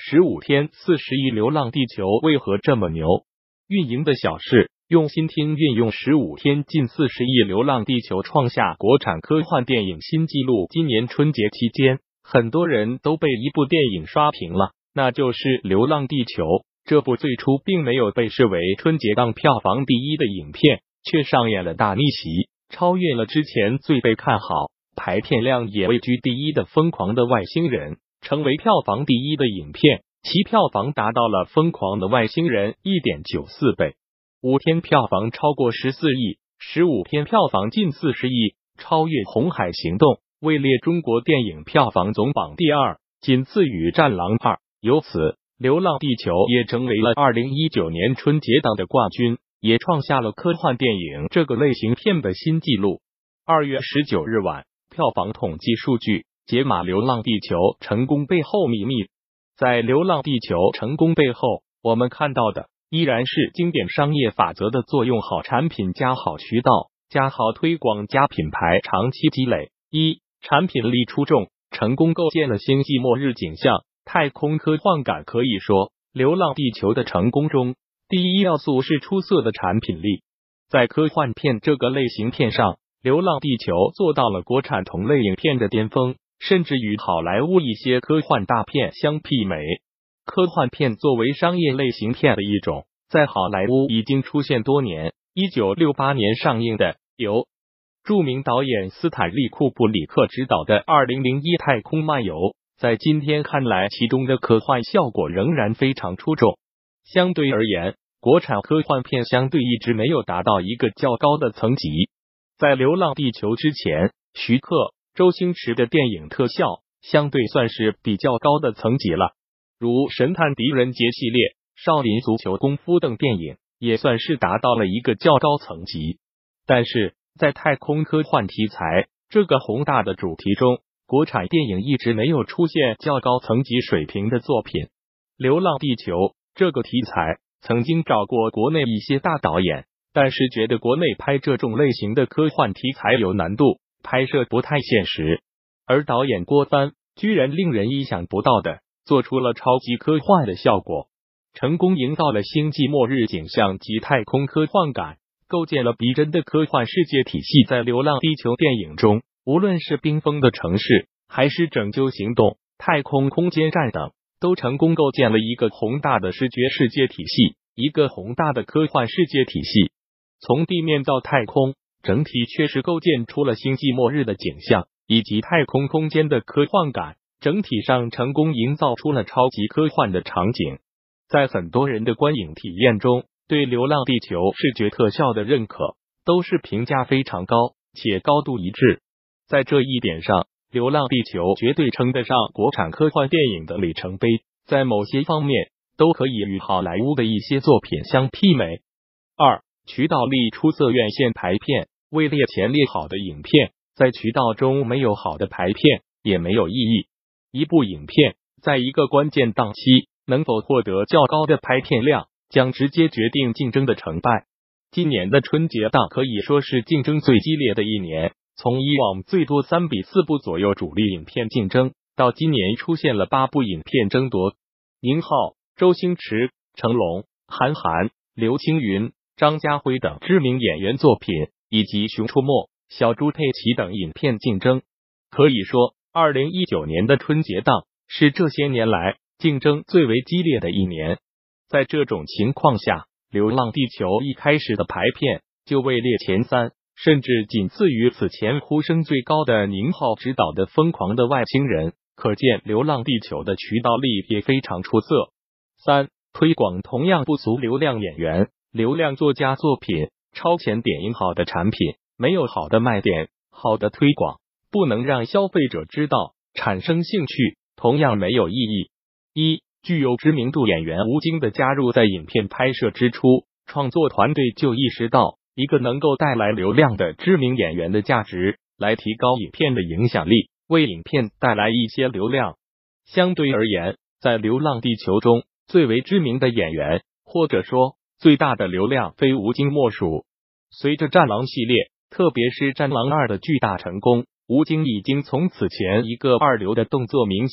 15天40亿，流浪地球为何这么牛？运营的小事，用心听。运用15天近40亿，流浪地球创下国产科幻电影新纪录。今年春节期间，很多人都被一部电影刷屏了，那就是《流浪地球》。这部最初并没有被视为春节档票房第一的影片，却上演了大逆袭，超越了之前最被看好、排片量也位居第一的《疯狂的外星人》，成为票房第一的影片，其票房达到了《疯狂的外星人》1.94倍，5天票房超过14亿，15天票房近40亿，超越《红海行动》，位列中国电影票房总榜第2，仅次于《战狼2》。由此，《流浪地球》也成为了2019年春节档的冠军，也创下了科幻电影这个类型片的新纪录。2月19日晚，票房统计数据解码《流浪地球》成功背后秘密。在《流浪地球》成功背后，我们看到的依然是经典商业法则的作用：好产品加好渠道加好推广加品牌长期积累。产品力出众，成功构建了星际末日景象、太空科幻感。可以说，《流浪地球》的成功中，第一要素是出色的产品力。在科幻片这个类型片上，《流浪地球》做到了国产同类影片的巅峰，甚至与好莱坞一些科幻大片相媲美。科幻片作为商业类型片的一种，在好莱坞已经出现多年。1968年上映的由著名导演斯坦利·库布里克执导的2001太空漫游，在今天看来，其中的科幻效果仍然非常出众。相对而言，国产科幻片相对一直没有达到一个较高的层级。在《流浪地球》之前，徐克、周星驰的电影特效相对算是比较高的层级了，如《神探狄仁杰》系列、少林足球功夫等电影也算是达到了一个较高层级。但是在太空科幻题材这个宏大的主题中，国产电影一直没有出现较高层级水平的作品。《流浪地球》这个题材曾经找过国内一些大导演，但是觉得国内拍这种类型的科幻题材有难度，拍摄不太现实。而导演郭帆居然令人意想不到的做出了超级科幻的效果，成功营造了星际末日景象及太空科幻感，构建了逼真的科幻世界体系。在《流浪地球》电影中，无论是冰封的城市，还是拯救行动、太空空间站等，都成功构建了一个宏大的视觉世界体系，一个宏大的科幻世界体系。从地面到太空，整体确实构建出了星际末日的景象以及太空空间的科幻感，整体上成功营造出了超级科幻的场景。在很多人的观影体验中，对《流浪地球》视觉特效的认可都是评价非常高且高度一致。在这一点上，《流浪地球》绝对称得上国产科幻电影的里程碑，在某些方面都可以与好莱坞的一些作品相媲美。渠道力出色，院线排片位列前列。好的影片在渠道中没有好的排片也没有意义。一部影片在一个关键档期能否获得较高的排片量，将直接决定竞争的成败。今年的春节档可以说是竞争最激烈的一年，从以往最多3比4部左右主力影片竞争，到今年出现了8部影片争夺。宁浩、周星驰、成龙、韩寒、刘青云、张家辉等知名演员作品，以及《熊出没》、小猪佩奇等影片竞争。可以说2019年的春节档是这些年来竞争最为激烈的一年。在这种情况下，《流浪地球》一开始的排片就位列前3，甚至仅次于此前呼声最高的宁浩执导的《疯狂的外星人》，可见《流浪地球》的渠道力也非常出色。推广同样不足，流量演员、流量作家作品超前点映，好的产品没有好的卖点，好的推广不能让消费者知道产生兴趣，同样没有意义。具有知名度演员吴京的加入，在影片拍摄之初，创作团队就意识到一个能够带来流量的知名演员的价值，来提高影片的影响力，为影片带来一些流量。相对而言，在《流浪地球》中最为知名的演员，或者说最大的流量，非吴京莫属。随着战狼系列，特别是战狼2的巨大成功，吴京已经从此前一个二流的动作明星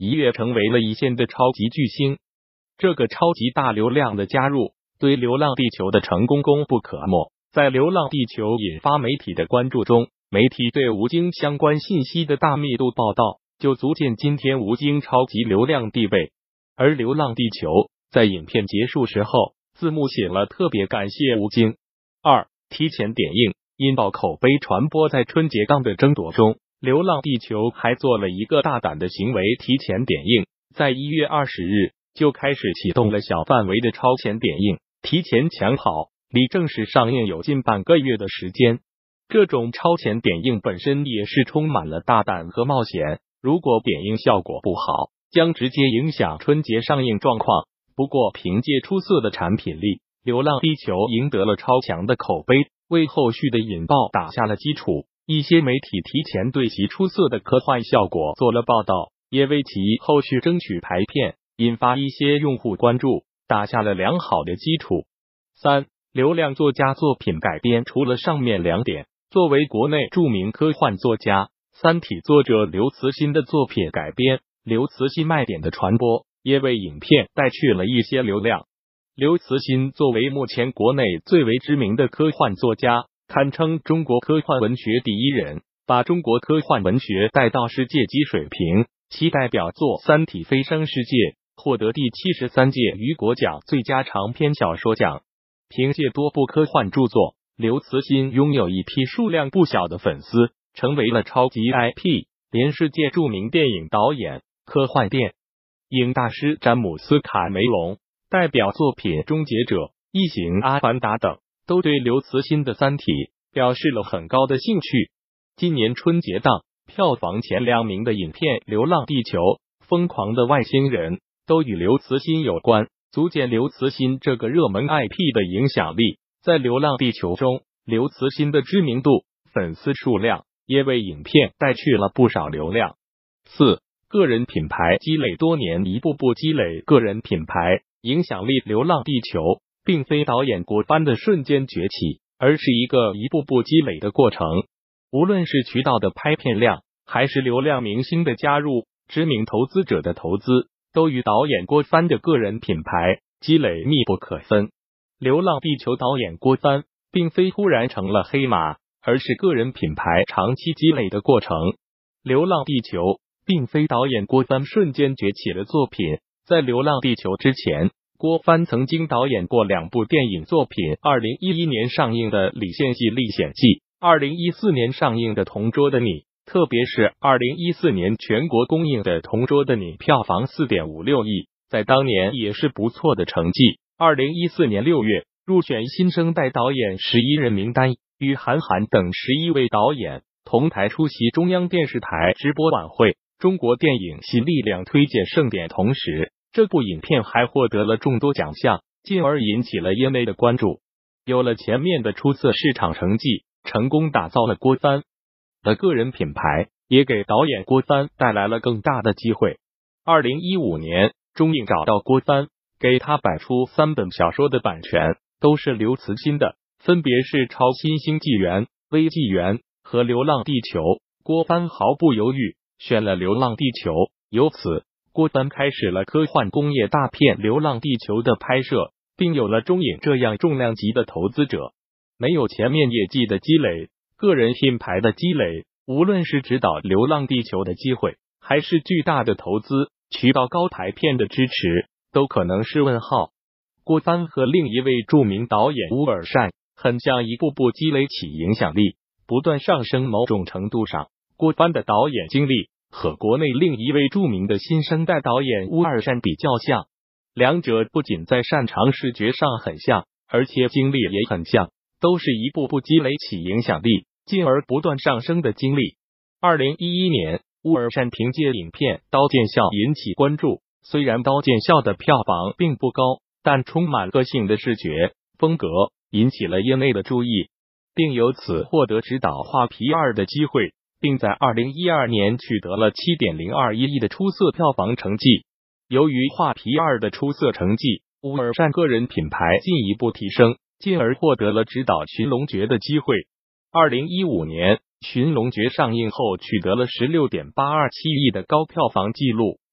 一跃成为了一线的超级巨星。这个超级大流量的加入，对《流浪地球》的成功功不可没。在《流浪地球》引发媒体的关注中，媒体对吴京相关信息的大密度报道，就足见今天吴京超级流量地位。而《流浪地球》在影片结束时候，字幕写了特别感谢吴京。2. 提前点映，因爆口碑传播在春节档的争夺中，《流浪地球》还做了一个大胆的行为，提前点映，在1月20日就开始启动了小范围的超前点映，提前抢跑，离正式上映有近半个月的时间。这种超前点映本身也是充满了大胆和冒险，如果点映效果不好，将直接影响春节上映状况。不过凭借出色的产品力，《流浪地球》赢得了超强的口碑，为后续的引爆打下了基础。一些媒体提前对其出色的科幻效果做了报道，也为其后续争取排片，引发一些用户关注，打下了良好的基础。3. 流量作家作品改编，除了上面2点，作为国内著名科幻作家《三体》作者刘慈欣的作品改编，刘慈欣卖点的传播，也为影片带去了一些流量。刘慈欣作为目前国内最为知名的科幻作家，堪称中国科幻文学第一人，把中国科幻文学带到世界级水平。其代表作《三体飞升世界》获得第73届雨果奖最佳长篇小说奖。凭借多部科幻著作，刘慈欣拥有一批数量不小的粉丝，成为了超级 IP， 连世界著名电影导演、科幻电影大师詹姆斯·卡梅隆代表作品《终结者》、《异形》、《阿凡达》等，都对刘慈欣的《三体》表示了很高的兴趣。今年春节档票房前2名的影片《流浪地球》、《疯狂的外星人》都与刘慈欣有关，足见刘慈欣这个热门 IP 的影响力。在《流浪地球》中，刘慈欣的知名度、粉丝数量也为影片带去了不少流量。4. 个人品牌积累，多年一步步积累个人品牌影响力，《流浪地球》并非导演郭帆的瞬间崛起，而是一个一步步积累的过程。无论是渠道的拍片量，还是流量明星的加入、知名投资者的投资，都与导演郭帆的个人品牌积累密不可分。《流浪地球》导演郭帆并非突然成了黑马，而是个人品牌长期积累的过程。《流浪地球》并非导演郭帆瞬间崛起的作品，在《流浪地球》之前，郭帆曾经导演过2部电影作品：2011年上映的《李献计历险记》，2014年上映的《同桌的你》，特别是2014年全国公映的《同桌的你》，票房4.56亿，在当年也是不错的成绩。2014年6月入选新生代导演11人名单，与韩寒等11位导演同台出席中央电视台直播晚会中国电影新力量推荐盛典，同时这部影片还获得了众多奖项，进而引起了业内的关注。有了前面的出色市场成绩，成功打造了郭帆的个人品牌，也给导演郭帆带来了更大的机会。2015年，中影找到郭帆，给他摆出3本小说的版权，都是刘慈欣的，分别是《超新星纪元》、《微纪元》和《流浪地球》。郭帆毫不犹豫选了《流浪地球》，由此郭帆开始了科幻工业大片《流浪地球》的拍摄，并有了中影这样重量级的投资者。没有前面业绩的积累，个人品牌的积累，无论是指导《流浪地球》的机会，还是巨大的投资、渠道高排片的支持，都可能是问号。郭帆和另一位著名导演乌尔善很像，一步步积累起影响力，不断上升。某种程度上，郭帆的导演经历和国内另一位著名的新生代导演乌尔善比较像，两者不仅在擅长视觉上很像，而且经历也很像，都是一步步积累起影响力，进而不断上升的经历。2011年，乌尔善凭借影片《刀剑笑》引起关注，虽然《刀剑笑》的票房并不高，但充满个性的视觉风格引起了业内的注意，并由此获得执导《画皮2》的机会，并在2012年取得了7.021亿的出色票房成绩。由于《画皮2》的出色成绩，乌尔善个人品牌进一步提升，进而获得了执导《寻龙诀》的机会。2015年，《寻龙诀》上映后取得了16.827亿的高票房纪录，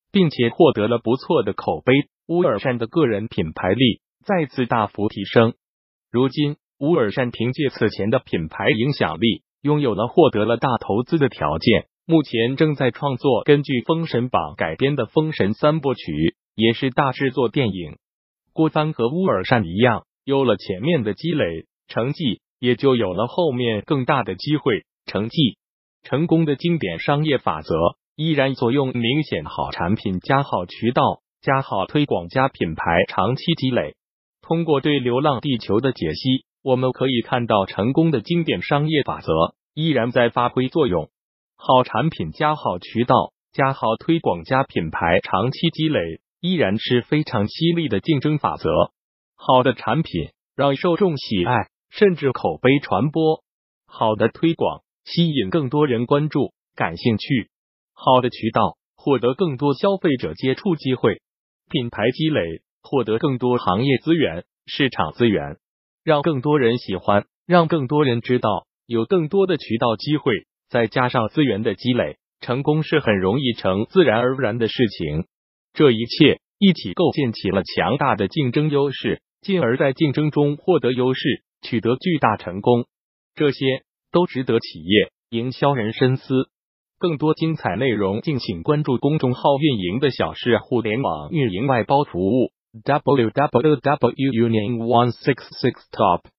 并且获得了不错的口碑，乌尔善的个人品牌力再次大幅提升。如今，乌尔善凭借此前的品牌影响力，拥有了获得了大投资的条件。目前正在创作根据《封神榜》改编的《封神三部曲》，也是大制作电影。郭帆和乌尔善一样，有了前面的积累成绩，也就有了后面更大的机会。成绩成功的经典商业法则依然作用明显，好产品加好渠道加好推广加品牌长期积累。通过对《流浪地球》的解析，我们可以看到成功的经典商业法则依然在发挥作用。好产品加好渠道加好推广加品牌长期积累依然是非常犀利的竞争法则。好的产品让受众喜爱，甚至口碑传播；好的推广吸引更多人关注感兴趣；好的渠道获得更多消费者接触机会；品牌积累获得更多行业资源市场资源，让更多人喜欢，让更多人知道，有更多的渠道机会，再加上资源的积累，成功是很容易成自然而然的事情。这一切一起构建起了强大的竞争优势，进而在竞争中获得优势，取得巨大成功。这些都值得企业营销人深思。更多精彩内容，敬请关注公众号“运营的小事互联网运营外包服务” www.union166top。